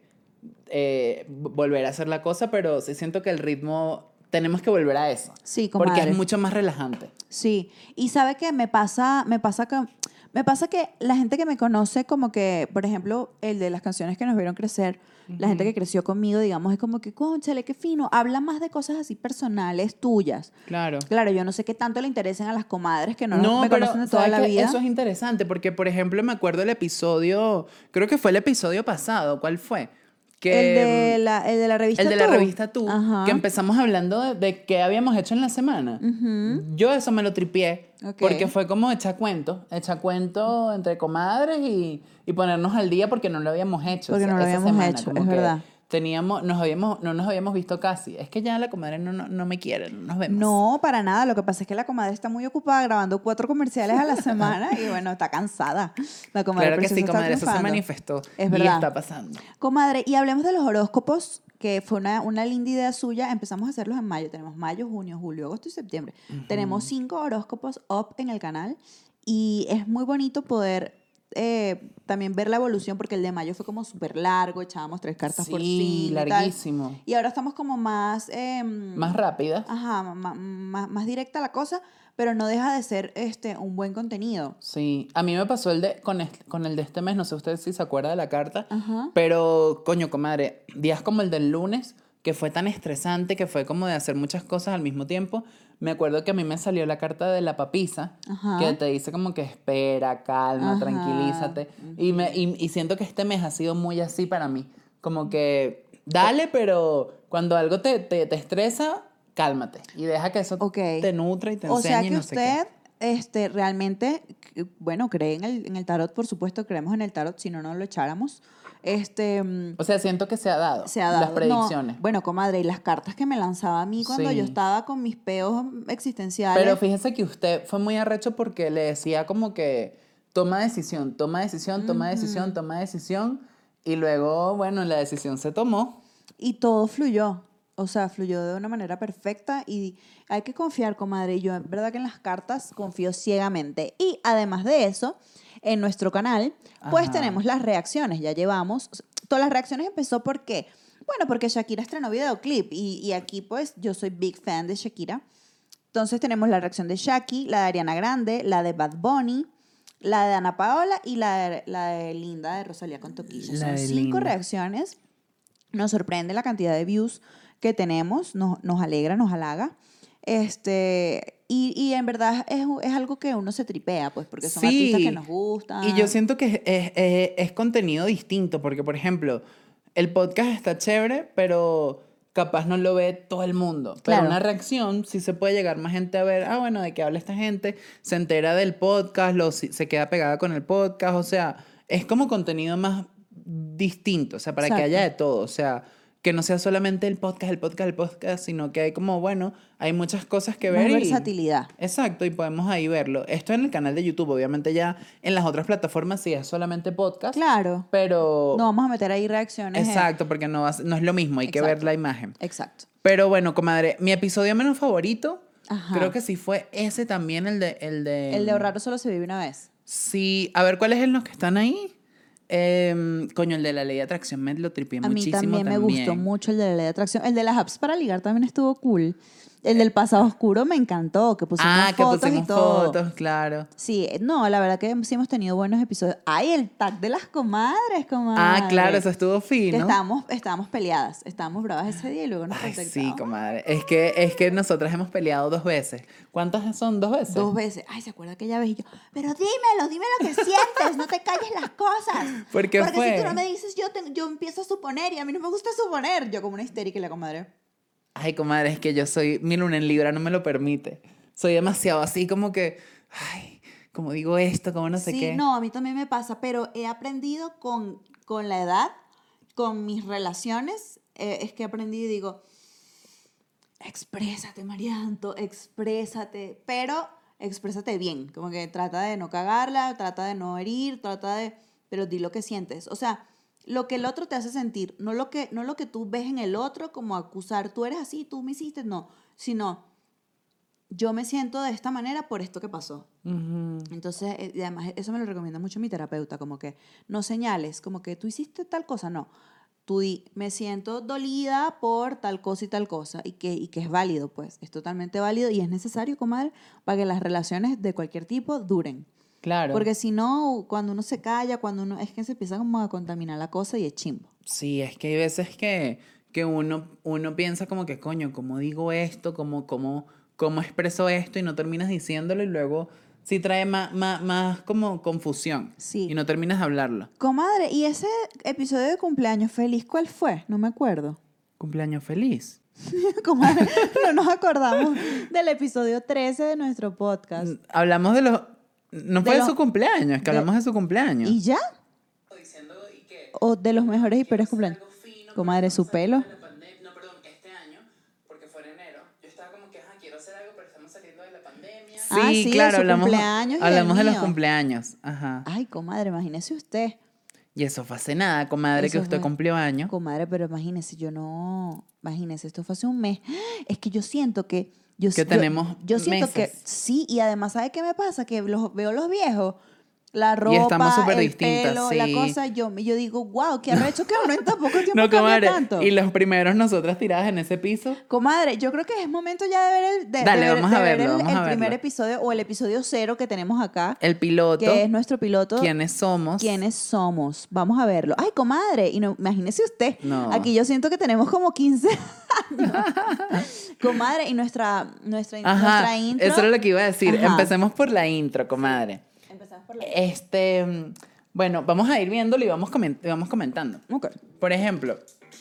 eh, v- volver a hacer la cosa, pero sí siento que el ritmo tenemos que volver a eso. Sí, Porque comadre. es mucho más relajante. Sí, y sabe que me pasa, me pasa que me pasa que la gente que me conoce como que, por ejemplo, el de las canciones que nos vieron crecer, la gente que creció conmigo, digamos, es como que, cónchale, qué fino, habla más de cosas así personales tuyas. Claro. Claro, yo no sé qué tanto le interesen a las comadres que no, nos- No, me pero conocen de toda ¿sabes la qué? vida. Eso es interesante porque, por ejemplo, me acuerdo el episodio, creo que fue el episodio pasado, ¿cuál fue? Que, el, de la, el de la revista el de la Tú. revista Tú, Ajá. que empezamos hablando de, de qué habíamos hecho en la semana. Ujú. Yo eso me lo tripié, Ok. porque fue como echar cuento, echar cuento entre comadres y, y ponernos al día porque no lo habíamos hecho. Porque esa- no lo esa habíamos semana, hecho, como es que verdad. Teníamos, nos habíamos, no nos habíamos visto casi. Es que ya la comadre no, no, no me quiere, no nos vemos. No, para nada. Lo que pasa es que la comadre está muy ocupada grabando cuatro comerciales a la semana y bueno, está cansada. La comadre Claro que sí, preciosa está comadre, eso se triunfando. manifestó. Es y verdad. está pasando. Comadre, y hablemos de los horóscopos, que fue una, una linda idea suya. Empezamos a hacerlos en mayo. Tenemos mayo, junio, julio, agosto y septiembre. Tenemos cinco horóscopos up en el canal y es muy bonito poder eh, también ver la evolución porque el de mayo fue como súper largo, echábamos tres cartas por Sí, sí. larguísimo. Y ahora estamos como más... em, Más rápida. Ajá, ma- ma- más, directa la cosa, pero no deja de ser este, un buen contenido. Sí, a mí me pasó el de, con, este- con el de este mes, no sé usted si se acuerda de la carta, Ajá. pero coño, comadre, días como el del lunes, que fue tan estresante, que fue como de hacer muchas cosas al mismo tiempo, me acuerdo que a mí me salió la carta de la papisa, Ajá. que te dice como que espera, calma, Ajá. tranquilízate, y, me, y, y siento que este mes ha sido muy así para mí, como que dale, pero cuando algo te, te, te estresa, cálmate, y deja que eso Ok. te nutra y te O enseñe sea y que no sé qué. usted este, realmente, eh, bueno, cree en el, en el tarot, por supuesto, creemos en el tarot, si no, no lo echáramos. Este, mm, O sea, siento que se ha dado. se ha dado. Las predicciones. No, bueno, comadre, y las cartas que me lanzaba a mí cuando Sí. yo estaba con mis peos existenciales. Pero fíjese que usted fue muy arrecho porque le decía como que toma decisión, toma decisión, toma decisión, toma decisión. Y luego, bueno, la decisión se tomó. Y todo fluyó. O sea, fluyó de una manera perfecta y hay que confiar, comadre. Y yo, en verdad que en las cartas confío ciegamente. Y además de eso, en nuestro canal, pues Ajá. tenemos las reacciones. Ya llevamos... Todas las reacciones empezó ¿por qué? Bueno, porque Shakira estrenó videoclip y, y aquí pues yo soy big fan de Shakira. Entonces tenemos la reacción de Shaki, la de Ariana Grande, la de Bad Bunny, la de Ana Paola y la de, la de Linda de Rosalía con Toquilla. La Son de cinco Linda. reacciones. Nos sorprende la cantidad de views que tenemos, nos, nos alegra, nos halaga. Este, y, y en verdad es, es algo que uno se tripea, pues, porque son Sí. artistas que nos gustan. Y yo siento que es, es- es contenido distinto, porque, por ejemplo, el podcast está chévere, pero capaz no lo ve todo el mundo. Pero Claro. una reacción sí se puede llegar más gente a ver, ah, bueno, ¿de qué habla esta gente? Se entera del podcast, lo, si- se queda pegada con el podcast, o sea, es como contenido más distinto, o sea, para que Exacto. haya de todo, o sea, que no sea solamente el podcast, el podcast, el podcast, sino que hay como, bueno, hay muchas cosas que Más ver y... versatilidad. Exacto, y podemos ahí verlo. Esto en el canal de YouTube, obviamente ya en las otras plataformas sí es solamente podcast. Claro. Pero... No vamos a meter ahí reacciones. eh. Exacto, porque no, va a ser- no es lo mismo, hay que ver Exacto. la imagen. Exacto. Pero bueno, comadre, mi episodio menos favorito, Ajá. creo que sí fue ese también, el de... El de, El de ahorrar solo se vive una vez. Sí, a ver, ¿cuáles son los que están ahí? Em, coño, el de la ley de atracción me lo tripié A mí muchísimo también, también. me gustó mucho el de la ley de atracción. El de las apps para ligar también estuvo cool. El del pasado oscuro me encantó, que pusimos Ah, que fotos pusimos y todo. fotos, claro. Sí, no, la verdad que sí hemos tenido buenos episodios. Ay, el tag de las comadres, comadre. Ah, claro, eso estuvo Que fino. estábamos, estábamos peleadas, estábamos bravas ese día y luego nos Ay, sí, contactamos. comadre. Es que, es que nosotras hemos peleado dos veces. ¿Cuántas son? ¿Dos veces? Dos veces. Ay, ¿se acuerda aquella vez? Y yo, pero dímelo, dime lo que sientes, no te calles las cosas. ¿Por qué Porque fue? si tú no me dices, yo, te- yo empiezo a suponer y a mí no me gusta suponer. Yo como una histérica y la comadre. Ay, comadre, es que yo soy, mi luna en Libra no me lo permite. Soy demasiado así como que, ay, como digo esto, como no sé sí, qué. no, a mí también me pasa, pero he aprendido con, con la edad, con mis relaciones, eh, es que he aprendido y digo, exprésate, Marianto, exprésate, pero exprésate bien, como que trata de no cagarla, trata de no herir, trata de, pero di lo que sientes, o sea, lo que el otro te hace sentir, no lo que, no lo que tú ves en el otro como acusar, tú eres así, tú me hiciste, no, sino yo me siento de esta manera por esto que pasó. Ujú. Entonces, eh, y además eso me lo recomienda mucho mi terapeuta, como que no señales, como que tú hiciste tal cosa, no. Tú di, me siento dolida por tal cosa y tal cosa, y que, y que es válido, pues, es totalmente válido y es necesario, comadre, para que las relaciones de cualquier tipo duren. Claro. Porque si no, cuando uno se calla, cuando uno, es que se empieza como a contaminar la cosa y es chimbo. Sí, es que hay veces que, que uno, uno piensa como que, coño, ¿cómo digo esto? ¿Cómo, cómo, cómo expreso esto? Y no terminas diciéndolo y luego sí trae más, más, más como confusión. Sí. Y no terminas de hablarlo. Comadre, ¿y ese episodio de cumpleaños feliz cuál fue? No me acuerdo. Cumpleaños feliz. Comadre, no nos acordamos del episodio trece de nuestro podcast. Hablamos de los... No De fue de, los- su cumpleaños, que de- hablamos de su cumpleaños. ¿Y ya? Diciendo y que ¿O de los mejores y peores cumpleaños? Comadre, su pelo. No, perdón, este año, porque fue en enero, yo estaba como que, ah, quiero hacer algo, pero estamos saliendo de la pandemia. Sí, Ah, sí, de claro, su hablamos, cumpleaños y hablamos de del los mío. cumpleaños. Ajá. Ay, comadre, imagínese usted. Y eso fue hace nada, comadre, que Eso usted fue- cumplió años. Comadre, pero imagínese, yo no... Imagínese, esto fue hace un mes. Es que yo siento que... Yo, Que yo- tenemos Yo siento que... meses. Sí, y además, ¿sabe qué me pasa? Que los, veo los viejos, la ropa, Y estamos súper el distintas, pelo, sí. la cosa, yo, yo digo, wow, qué arrecho que uno en tan poco tiempo No, cambia comadre. tanto. Y los primeros nosotras tiradas en ese piso. Comadre, yo creo que es momento ya de ver el, de, Dale, de ver, vamos de a ver verlo, el, vamos el a primer verlo. episodio o el episodio cero que tenemos acá, El piloto. que es nuestro piloto. ¿Quiénes somos? ¿Quiénes somos? Vamos a verlo. Ay, comadre, y no, imagínese usted. No. Aquí yo siento que tenemos como quince años. Comadre, y nuestra, nuestra, Ajá, nuestra intro. eso era lo que iba a decir. Ajá. Empecemos por la intro, comadre. Empezamos por la Este, mm, bueno, vamos a ir viéndolo y vamos, coment- y vamos comentando. Ok. Por ejemplo,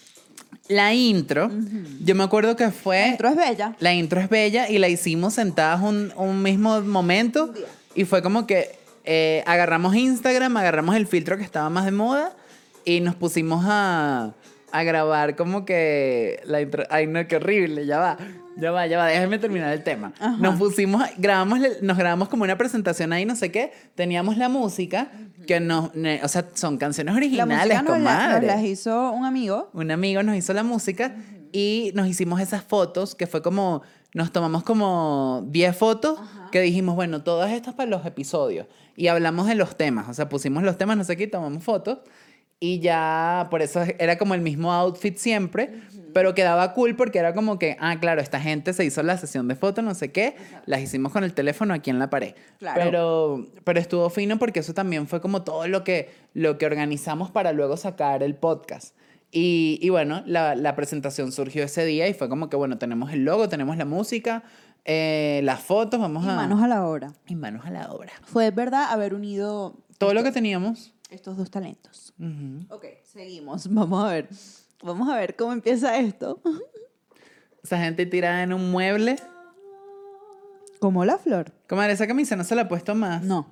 la intro, yo me acuerdo que fue... La intro es bella. La intro es bella y la hicimos sentadas un, un mismo momento Un día. y fue como que eh, agarramos Instagram, agarramos el filtro que estaba más de moda y nos pusimos a, a grabar como que la intro... Ay, no, qué horrible, ya va. Ya va, ya va, déjame terminar el tema. Ajá. Nos pusimos, grabamos, nos grabamos como una presentación ahí, no sé qué. Teníamos la música, que nos, ne- o sea, son canciones La originales, música nos, la- comadre. nos las hizo un amigo. Un amigo nos hizo la música Y nos hicimos esas fotos, que fue como, nos tomamos como diez fotos, que dijimos, bueno, todas estas para los episodios. Y hablamos de los temas, o sea, pusimos los temas, no sé qué, y tomamos fotos. Y ya, por eso era como el mismo outfit siempre, pero quedaba cool porque era como que, ah, claro, esta gente se hizo la sesión de fotos, no sé qué, las hicimos con el teléfono aquí en la pared. Claro. Pero, pero estuvo fino porque eso también fue como todo lo que, lo que organizamos para luego sacar el podcast. Y, y bueno, la, la presentación surgió ese día y fue como que, bueno, tenemos el logo, tenemos la música, eh, las fotos, vamos Y a... manos a la obra. Y manos a la obra. Fue verdad haber unido Todo lo que teníamos. estos dos talentos. Ujú. Ok, seguimos. Vamos a ver. Vamos a ver cómo empieza esto. Esa gente tirada en un mueble. Como la flor. Comadre, esa camisa no se la he puesto más. No.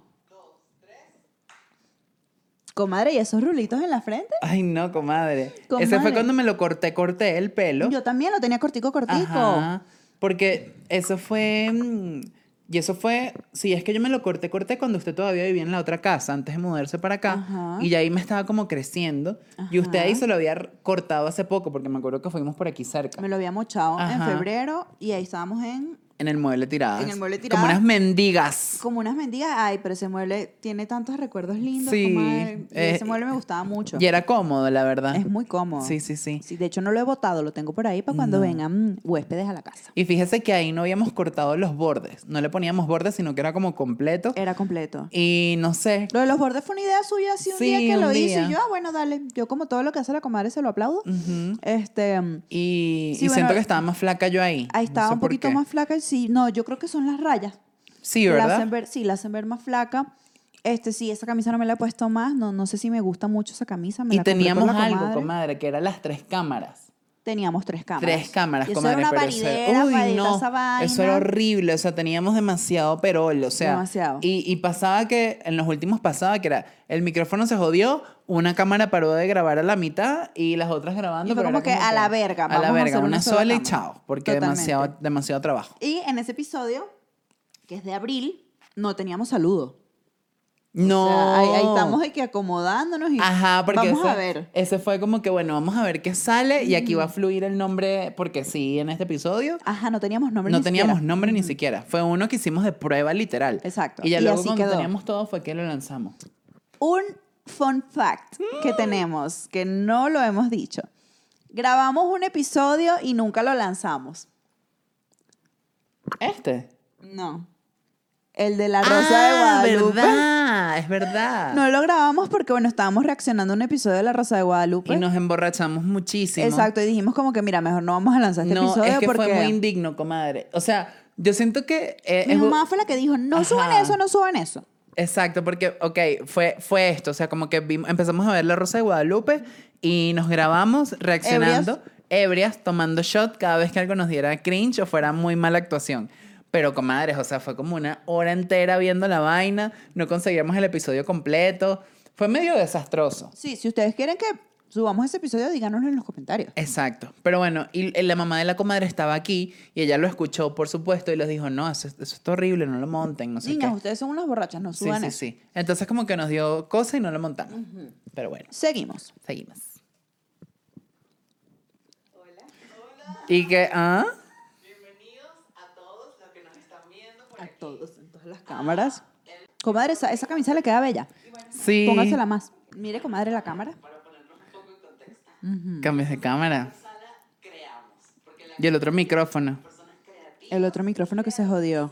Comadre, ¿y esos rulitos en la frente? Ay, no, comadre. Comadre. Ese fue cuando me lo corté, corté el pelo. Yo también lo tenía cortico, cortico. Ajá, porque eso fue... mm, Y eso fue... Sí, es que yo me lo corté, corté cuando usted todavía vivía en la otra casa, antes de mudarse para acá. Ajá. Y ya ahí me estaba como creciendo. Y usted Ajá. ahí se lo había r- cortado hace poco, porque me acuerdo que fuimos por aquí cerca. Me lo había mochado en Ajá. febrero y ahí estábamos en En el mueble tiradas. En el mueble Como tiradas. unas mendigas. como unas mendigas. Ay, pero ese mueble tiene tantos recuerdos lindos. Sí, Comadre. Y eh, ese mueble me gustaba mucho. Y era cómodo, la verdad. Es muy cómodo. Sí, sí, sí. Sí, de hecho no lo he botado, lo tengo por ahí para cuando No. vengan huéspedes a la casa. Y fíjese que ahí no habíamos cortado los bordes. No le poníamos bordes, sino que era como completo. Era completo. Y no sé. Lo de los bordes fue una idea suya, así un Sí, día que un lo día. hice. Y yo, ah, bueno, dale. Yo como todo lo que hace la comadre se lo aplaudo. Ujú. Este, Y, Sí, y bueno, siento que estaba más flaca yo ahí. ahí No estaba sé un por poquito qué. más flaca. Sí, no, yo creo que son las rayas. Sí, que la ¿verdad? hacen ver, sí, la hacen ver más flaca. Este, sí, esa camisa no me la he puesto más. No, no sé si me gusta mucho esa camisa. Me Y la compré por teníamos la algo, comadre. comadre, que eran las tres cámaras. Teníamos tres cámaras. Tres cámaras, Y eso comadre. era una pero eso era- paridera para Uy, editar no. esa vaina. Eso era horrible. O sea, teníamos demasiado perol. O sea, Demasiado. Y, y pasaba que, en los últimos pasaba que era, el micrófono se jodió, una cámara paró de grabar a la mitad y las otras grabando. Y fue pero como era que a la verga, A la vamos a verga, hacer una una sola sola y cámara. chao. Porque Totalmente. demasiado, demasiado trabajo. Y en ese episodio, que es de abril, no teníamos saludo. No. O sea, ahí, ahí estamos de que acomodándonos y Ajá, porque vamos ese, a ver. ese fue como que, bueno, vamos a ver qué sale y aquí va a fluir el nombre, porque sí, en este episodio Ajá, no teníamos nombre no ni teníamos siquiera. nombre ni siquiera. Fue uno que hicimos de prueba literal. Exacto. Y ya Y luego así cuando quedó. teníamos todo fue que lo lanzamos. Un fun fact que tenemos, que no lo hemos dicho. Grabamos un episodio y nunca lo lanzamos. ¿Este? No. El de la Rosa de Ah, Guadalupe. verdad, es verdad. No lo grabamos porque, bueno, estábamos reaccionando a un episodio de la Rosa de Guadalupe. Y nos emborrachamos muchísimo. Exacto, y dijimos como que, mira, mejor no vamos a lanzar este No, episodio es que porque... fue muy indigno, comadre. O sea, yo siento que... eh, Mi es- mamá fue la que dijo, no suban Ajá. eso, no suban eso. Exacto, porque, ok, fue, fue esto, o sea, como que vimos- empezamos a ver La Rosa de Guadalupe y nos grabamos reaccionando, ebrias, tomando shot cada vez que algo nos diera cringe o fuera muy mala actuación. Pero, comadres, o sea, fue como una hora entera viendo la vaina, no conseguíamos el episodio completo, fue medio desastroso. Sí, si ustedes quieren que subamos ese episodio, díganoslo en los comentarios. Exacto. Pero bueno, y la mamá de la comadre estaba aquí y ella lo escuchó, por supuesto, y les dijo, no, eso, eso está horrible, no lo monten, no sé Niñas, qué. ustedes son unas borrachas, no Sí, suban sí, eso. sí. Entonces como que nos dio cosa y no lo montamos. Pero bueno, Seguimos. seguimos. Hola. Hola. Y que, ¿ah? Bienvenidos a todos los que nos están viendo por A todos, en todas las cámaras. Comadre, esa, esa camisa le queda bella. Sí. Póngasela más. Mire, comadre, la cámara. Cambios de cámara. Y el otro micrófono. El otro micrófono que se jodió.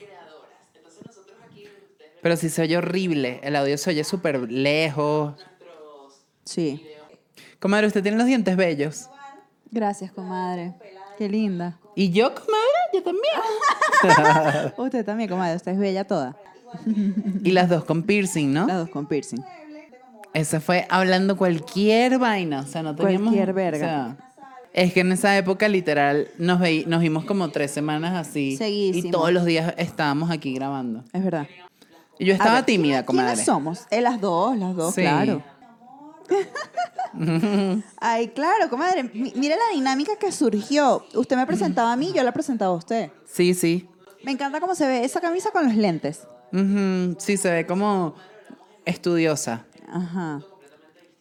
Pero sí se oye horrible. El audio se oye súper lejos. Sí. Comadre, usted tiene los dientes bellos. Gracias, comadre. Qué linda. ¿Y yo, comadre? Yo también. Usted también, comadre. Usted es bella toda. Y las dos con piercing, ¿no? Las dos con piercing. Ese fue hablando cualquier vaina. O sea, no teníamos... Cualquier verga. o sea, es que en esa época, literal, nos, veí, nos vimos como tres semanas así. Seguísimo. Y todos los días estábamos aquí grabando. Es verdad. Y yo A estaba ver, tímida, ¿quiénes- comadre. ¿Quiénes somos? Eh, las dos, las dos, Sí. claro. Ay, claro, comadre. Mi- mire la dinámica que surgió. Usted me presentaba a mí, yo la presentaba a usted. Sí, sí. Me encanta cómo se ve esa camisa con los lentes. Ujú, sí, se ve como estudiosa. Ajá.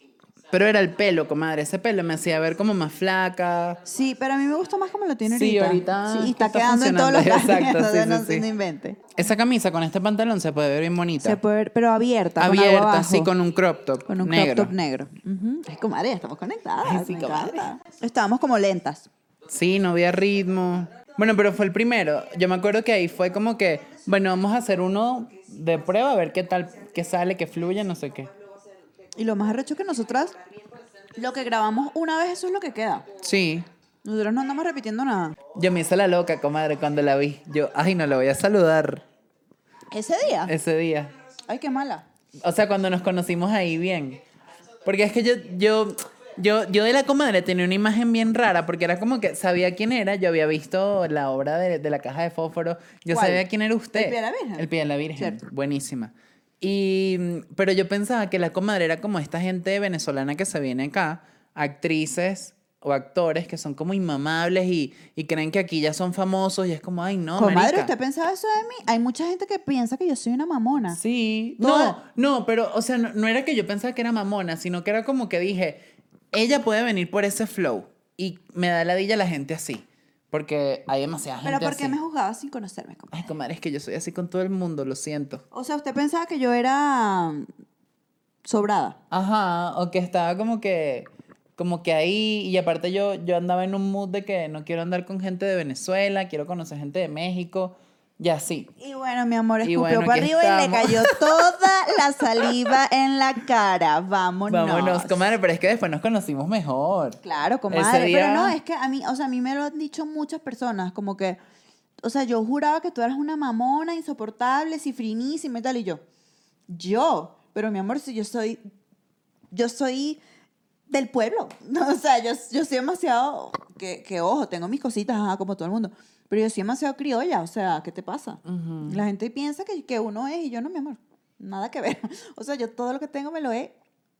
Pero era el pelo, comadre. Ese pelo me hacía ver como más flaca. Sí, pero a mí me gusta más como lo tiene Sí, ahorita. ahorita Sí, y está, está quedando en todos los funcionando. castings, Exacto, sí, entonces sí, no, sí. no invente. Esa camisa con este pantalón se puede ver bien bonita. Se puede ver, pero abierta, con algo Abierta, abajo. sí, con un crop top Con un negro. crop top negro. Ujú. Ay, comadre, ya estamos conectadas. Ay, sí, me comadre. encanta. Estábamos como lentas. Sí, no había ritmo. Bueno, pero fue el primero. Yo me acuerdo que ahí fue como que, bueno, vamos a hacer uno de prueba, a ver qué tal, qué sale, qué fluye, no sé qué. Y lo más arrecho es que nosotras, lo que grabamos una vez, eso es lo que queda. Sí. Nosotros no andamos repitiendo nada. Yo me hice la loca, comadre, cuando la vi. Yo, ay, no la voy a saludar ¿Ese día? ese día. Ay, qué mala. O sea, cuando nos conocimos ahí bien. Porque es que yo, yo, yo, yo de la comadre tenía una imagen bien rara, porque era como que sabía quién era, yo había visto la obra de, de la caja de fósforo, yo ¿Cuál? sabía quién era usted. ¿El Pie de la Virgen? El Pie de la Virgen, Cierto. buenísima. Y, pero yo pensaba que la comadre era como esta gente venezolana que se viene acá, actrices o actores que son como inmamables y, y creen que aquí ya son famosos y es como, ay, no, Comadre, marica. ¿usted pensaba eso de mí? Hay mucha gente que piensa que yo soy una mamona. Sí, Toda- no, no, pero, o sea, no, no era que yo pensaba que era mamona, sino que era como que dije, ella puede venir por ese flow y me da ladilla la gente así, porque hay demasiada gente Pero ¿por qué así. me juzgaba sin conocerme, comadre? Ay, comadre, es que yo soy así con todo el mundo, lo siento. O sea, ¿usted pensaba que yo era mm, sobrada? Ajá, o que estaba como que, como que ahí, y aparte yo, yo andaba en un mood de que no quiero andar con gente de Venezuela, quiero conocer gente de México, y así. Y bueno, mi amor, Y escupió bueno, para aquí arriba y le estamos. cayó toda la saliva en la cara. Vámonos. Vámonos, comadre, pero es que después nos conocimos mejor. Claro, comadre. Ese día- Pero no, es que a mí, o sea, a mí me lo han dicho muchas personas, como que, o sea, yo juraba que tú eras una mamona, insoportable, cifrinísima y tal, y yo, yo, pero mi amor, si yo soy, yo soy del pueblo, o sea, yo, yo soy demasiado, que, que ojo, tengo mis cositas, ajá, como todo el mundo, pero yo soy demasiado criolla, o sea, ¿qué te pasa? Ujú. La gente piensa que, que uno es y yo no, mi amor, nada que ver. O sea, yo todo lo que tengo me lo he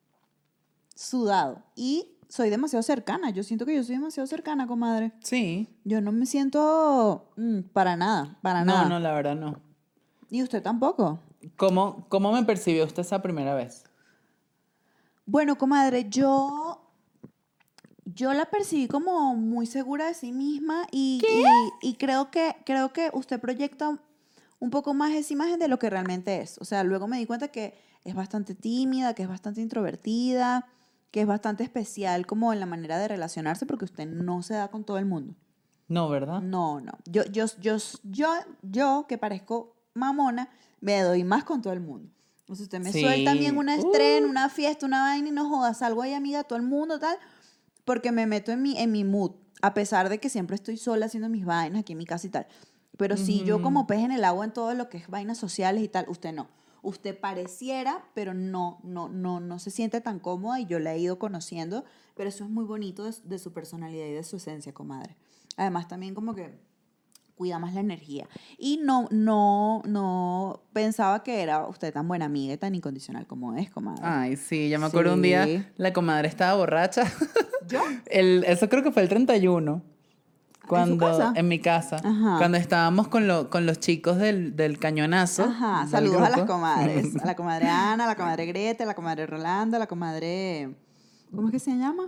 sudado y soy demasiado cercana, yo siento que yo soy demasiado cercana, comadre. Sí. Yo no me siento mm, para nada, para No, nada. no, la verdad no. ¿Y usted tampoco? ¿Cómo, cómo me percibió usted esa primera vez? Bueno, comadre, yo, yo la percibí como muy segura de sí misma y, y, y creo que, creo que usted proyecta un poco más esa imagen de lo que realmente es. O sea, luego me di cuenta que es bastante tímida, que es bastante introvertida, que es bastante especial como en la manera de relacionarse porque usted no se da con todo el mundo. No, ¿verdad? No, no. Yo, yo, yo, yo, yo que parezco mamona, me doy más con todo el mundo. O sea, usted me Sí. suelta a mí en una estreno, Uh. una fiesta, una vaina y no jodas, salgo ahí amiga, todo el mundo, tal, porque me meto en mi, en mi mood, a pesar de que siempre estoy sola haciendo mis vainas aquí en mi casa y tal. Pero si yo como pez en el agua en todo lo que es vainas sociales y tal, usted no. Usted pareciera, pero no, no, no, no se siente tan cómoda y yo la he ido conociendo, pero eso es muy bonito de, de su personalidad y de su esencia, comadre. Además también como que cuida más la energía. Y no, no, no pensaba que era usted tan buena amiga y tan incondicional como es, comadre. Ay, sí, ya me acuerdo un día, Sí. la comadre estaba borracha. ¿Yo? El, eso creo que fue el treinta y uno. Cuando, casa? En mi casa. Ajá. Cuando estábamos con, lo- con los chicos del, del cañonazo. Ajá, del saludos a las grupo. comadres. A la comadre Ana, a la comadre Greta, a la comadre Rolanda, a la comadre... ¿Cómo es que se llama?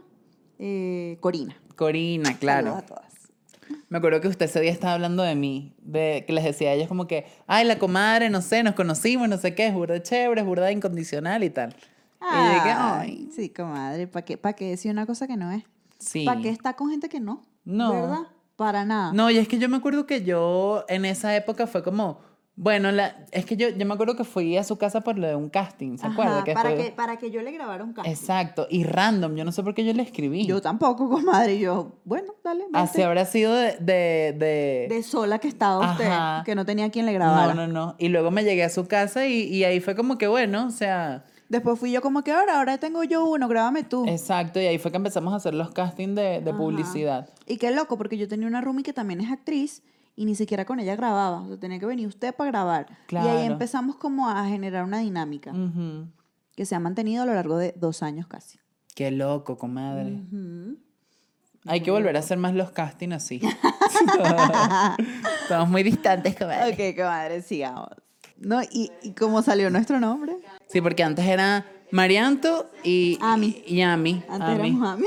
Eh, Corina. Corina, claro. Saludos a todas. Me acuerdo que usted ese día estaba hablando de mí, de que les decía a ellos como que, ay, la comadre, no sé, nos conocimos, no sé qué, es burda chévere, es burda incondicional y tal. y yo dije, ay, Sí, comadre, ¿para qué, para qué decir una cosa que no es? sí. ¿Para qué está con gente que no? No. ¿Verdad? Para nada. No, y es que yo me acuerdo que yo en esa época fue como, bueno, la, es que yo, yo me acuerdo que fui a su casa por lo de un casting, ¿se Ajá, acuerda? Que para, fue- que, para que yo le grabara un casting. Exacto, y random, yo no sé por qué yo le escribí. Yo tampoco, comadre. Y yo, bueno, dale, vente. Así habrá sido de... de, de- De sola que estaba usted, Ajá. que no tenía quien le No, grabara. no, no. Y luego me llegué a su casa y, y ahí fue como que, bueno, o sea, Después fui yo como que ahora, ahora tengo yo uno, grábame tú. exacto, y ahí fue que empezamos a hacer los castings de, de Ajá. publicidad. Y qué loco, porque yo tenía una roomie que también es actriz y ni siquiera con ella grababa. O sea, tenía que venir usted para grabar. Y Claro. ahí empezamos como a generar una dinámica Ujú. que se ha mantenido a lo largo de dos años casi. Qué loco, comadre. Ujú. Hay que volver a hacer más los castings así. Estamos muy distantes, comadre. Ok, comadre, sigamos. ¿No? ¿Y, y cómo salió nuestro nombre? Sí, porque antes era Marianto y Ami. y Ami. Antes Ami. éramos a mí.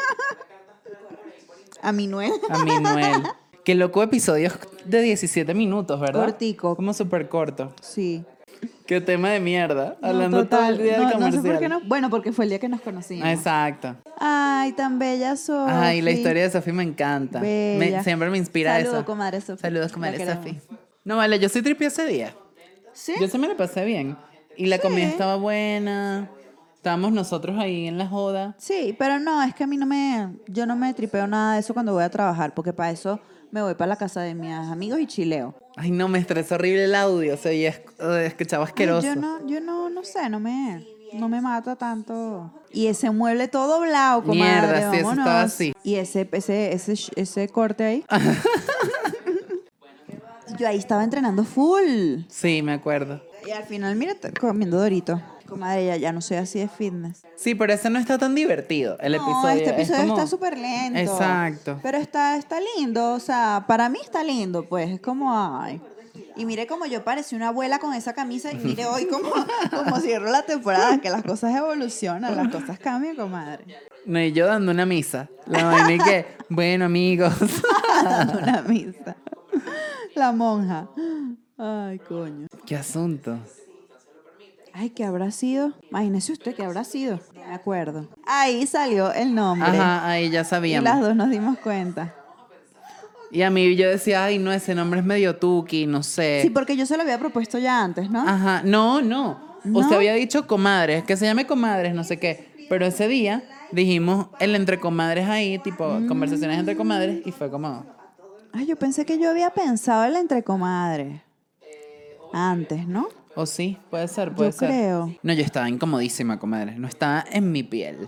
A mi Noel. A mi Noel. Qué loco episodios de diecisiete minutos, ¿verdad? Cortico. Como súper corto. Sí. Qué tema de mierda. No, Hablando todo el día no, del no sé comercial. por qué no. Bueno, porque fue el día que nos conocimos. Exacto. Ay, tan bella soy. Ay, la historia de Sofi me encanta. Bella. Me- siempre me inspira Saludos, eso. comadre Sofi. Saludos, La comadre queremos. Sofi. No, vale, yo soy tripi ese día. ¿Sí? Yo se me la pasé bien. Y la Sí. comida estaba buena. Estábamos nosotros ahí en la joda. Sí, pero no, es que a mí no me, yo no me tripeo nada de eso cuando voy a trabajar, porque para eso me voy para la casa de mis amigos y chileo. Ay, no, me estresó horrible el audio. Se oía, esc- escuchaba Ay, asqueroso. yo no, yo no, no sé, no me, no me mata tanto. Y ese mueble todo doblado, comadre, Mierda, sí, eso vámonos. estaba así. Y ese, ese, ese, ese corte ahí. Yo ahí estaba entrenando full. Sí, me acuerdo. Y al final, mira, estoy comiendo Dorito. Comadre, ya, ya no soy así de fitness. Sí, pero ese no está tan divertido. El no, episodio. este es episodio como- está súper lento. Exacto. Pero está, está lindo, o sea, para mí está lindo, pues. Es como, ay. Y mire como yo parecí una abuela con esa camisa y mire hoy como, como cierro la temporada, que las cosas evolucionan, las cosas cambian, comadre. No, y yo dando una misa. La vaina y que, bueno, amigos. Dando una misa. La monja. Ay, coño. Qué asunto. Ay, ¿qué habrá sido? Imagínese usted qué habrá sido. No me acuerdo. Ahí salió el nombre. Ajá, ahí ya Y sabíamos. las dos nos dimos cuenta. Y a mí yo decía, ay, no, ese nombre es medio tuki, no sé. Sí, porque yo se lo había propuesto ya antes, ¿no? Ajá, no, no. ¿No? Usted había dicho comadres, que se llame comadres, no sé qué. Pero ese día dijimos el entre comadres ahí, tipo Mm. conversaciones entre comadres, y fue como, Ay, yo pensé que yo había pensado en la entre comadres. Antes, ¿no? o sí, puede ser, puede Yo ser. creo. No, yo estaba incomodísima, comadre. No estaba en mi piel.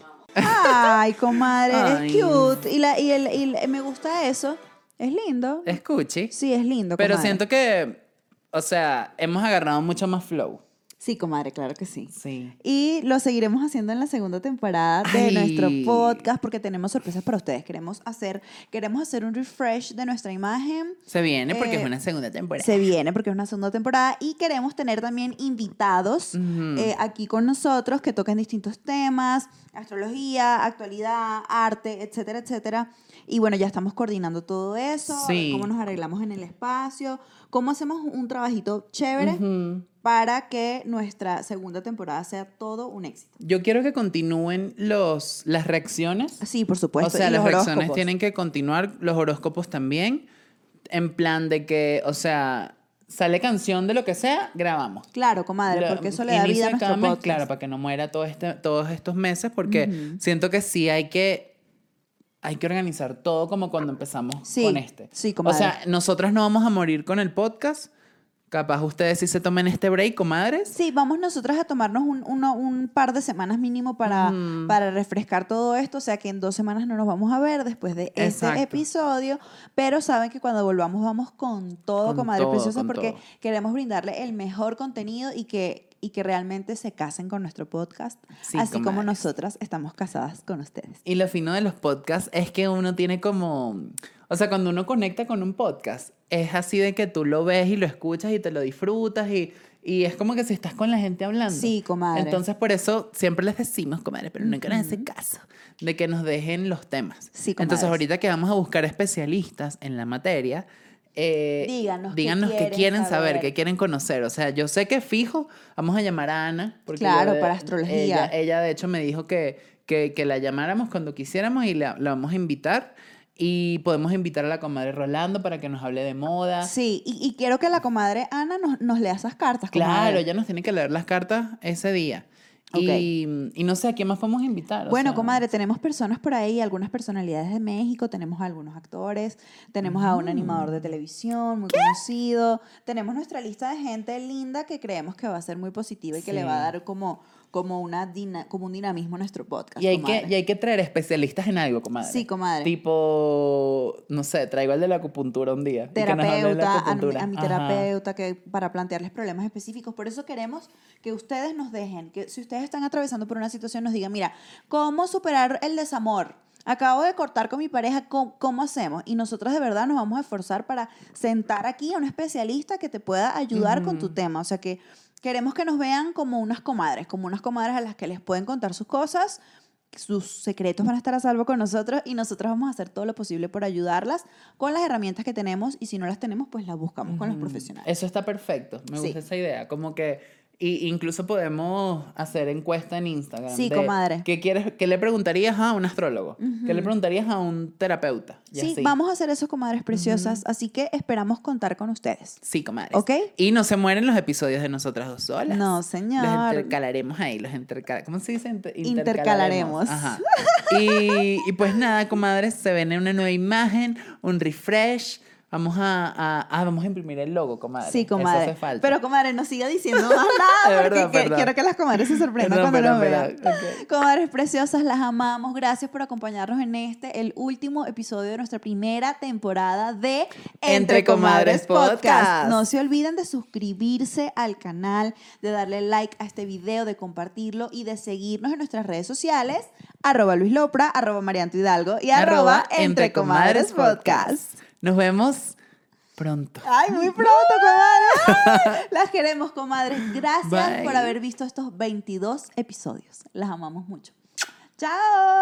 Ay, comadre, Ay. es cute. Y, la, y, el, y el- me gusta eso. Es lindo. Escuchi. Sí, es lindo, Pero comadre. siento que, o sea, hemos agarrado mucho más flow. Sí, comadre, claro que sí. Sí. Y lo seguiremos haciendo en la segunda temporada de Ay. nuestro podcast porque tenemos sorpresas para ustedes. Queremos hacer, queremos hacer un refresh de nuestra imagen. Se viene porque Eh, es una segunda temporada. Se viene porque es una segunda temporada y queremos tener también invitados Ujú. eh, aquí con nosotros que toquen distintos temas, astrología, actualidad, arte, etcétera, etcétera. Y bueno, ya estamos coordinando todo eso, a ver Sí. cómo nos arreglamos en el espacio, cómo hacemos un trabajito chévere Ujú. para que nuestra segunda temporada sea todo un éxito. Yo quiero que continúen los, las reacciones. Sí, por supuesto. O sea, y las los reacciones horóscopos. tienen que continuar, los horóscopos también. En plan de que, o sea, sale canción de lo que sea, grabamos. Claro, comadre, Lo- porque eso le da inicio vida a de cada nuestro mes, podcast. claro, para que no muera todo este, todos estos meses, porque Ujú. siento que sí hay que, hay que organizar todo como cuando empezamos Sí, con este. sí, o comadre. sea, nosotras no vamos a morir con el podcast. Capaz ustedes sí se tomen este break, comadres. Sí, vamos nosotras a tomarnos un, uno- un par de semanas mínimo para, Ujú. para refrescar todo esto, o sea que en dos semanas no nos vamos a ver después de Exacto. este episodio, pero saben que cuando volvamos vamos con todo, Con comadre todo, preciosa, con porque todo. queremos brindarle el mejor contenido y que, y que realmente se casen con nuestro podcast, Sí, así como comadres. nosotras estamos casadas con ustedes. Y lo fino de los podcasts es que uno tiene como, o sea, cuando uno conecta con un podcast, es así de que tú lo ves y lo escuchas y te lo disfrutas y, y es como que si estás con la gente hablando. Sí, comadre. Entonces, por eso siempre les decimos, comadre, pero nunca nos hace caso, de que nos dejen los temas. Sí, comadres. Entonces, ahorita que vamos a buscar especialistas en la materia, eh, Díganos qué díganos qué quieren quieren saber, saber. qué quieren conocer. O sea, yo sé que fijo, vamos a llamar a Ana. Porque Claro, yo de- para astrología. Ella, ella, de hecho, me dijo que, que, que la llamáramos cuando quisiéramos y la, la vamos a invitar. Y podemos invitar a la comadre Rolando para que nos hable de moda. Sí, y, y quiero que la comadre Ana nos, nos lea esas cartas, Claro, comadre. ella nos tiene que leer las cartas ese día. Ok. Y, y no sé, ¿a quién más podemos invitar? O Bueno, sea, comadre, tenemos personas por ahí, algunas personalidades de México, tenemos a algunos actores, tenemos a un animador de televisión muy conocido, tenemos nuestra lista de gente linda que creemos que va a ser muy positiva y que Sí. le va a dar como, como, una dina- como un dinamismo a nuestro podcast. Y hay, que, comadre. y hay que traer especialistas en algo, comadre. Sí, comadre. Tipo, no sé, traigo al de la acupuntura un día. y que nos hable de la Terapeuta, a, mi- acupuntura. a mi Ajá. terapeuta que para plantearles problemas específicos. Por eso queremos que ustedes nos dejen, que si ustedes están atravesando por una situación, nos digan, mira, ¿cómo superar el desamor? Acabo de cortar con mi pareja, ¿cómo, cómo hacemos? Y nosotros de verdad nos vamos a esforzar para sentar aquí a un especialista que te pueda ayudar con tu tema. O sea, que, queremos que nos vean como unas comadres, como unas comadres a las que les pueden contar sus cosas, sus secretos van a estar a salvo con nosotros y nosotros vamos a hacer todo lo posible por ayudarlas con las herramientas que tenemos y si no las tenemos, pues las buscamos uh-huh. con los profesionales. Eso está perfecto, me gusta sí. esa idea, como que y incluso podemos hacer encuesta en Instagram. Sí, de comadre. ¿qué, quieres, ¿Qué le preguntarías a un astrólogo? Uh-huh. ¿Qué le preguntarías a un terapeuta? Y sí, así. vamos a hacer eso, comadres preciosas. Uh-huh. Así que esperamos contar con ustedes. Sí, comadres. ¿Ok? Y no se mueren los episodios de nosotras dos solas. No, señor. Los intercalaremos ahí. Los intercal... ¿Cómo se dice? Inter- intercalaremos. intercalaremos. Ajá. Y, y pues nada, comadres, se ven una nueva imagen, un refresh. Vamos a, a, a, vamos a imprimir el logo, comadre. Sí, comadre. Eso hace falta. Pero, comadre, no siga diciendo más nada porque verdad, que, quiero que las comadres se sorprendan perdón, cuando perdón, lo vean. perdón. Okay. Comadres preciosas, las amamos. Gracias por acompañarnos en este, el último episodio de nuestra primera temporada de Entre, Entre Comadres, Comadres Podcast. Podcast. No se olviden de suscribirse al canal, de darle like a este video, de compartirlo y de seguirnos en nuestras redes sociales, arroba Luis Lopra, arroba Marianto Hidalgo y arroba, arroba Entre Comadres, Comadres Podcast. Podcast. Nos vemos pronto. Ay, muy pronto, comadres. Ay, las queremos, comadres. Gracias Bye. por haber visto estos veintidós episodios. Las amamos mucho. Chao.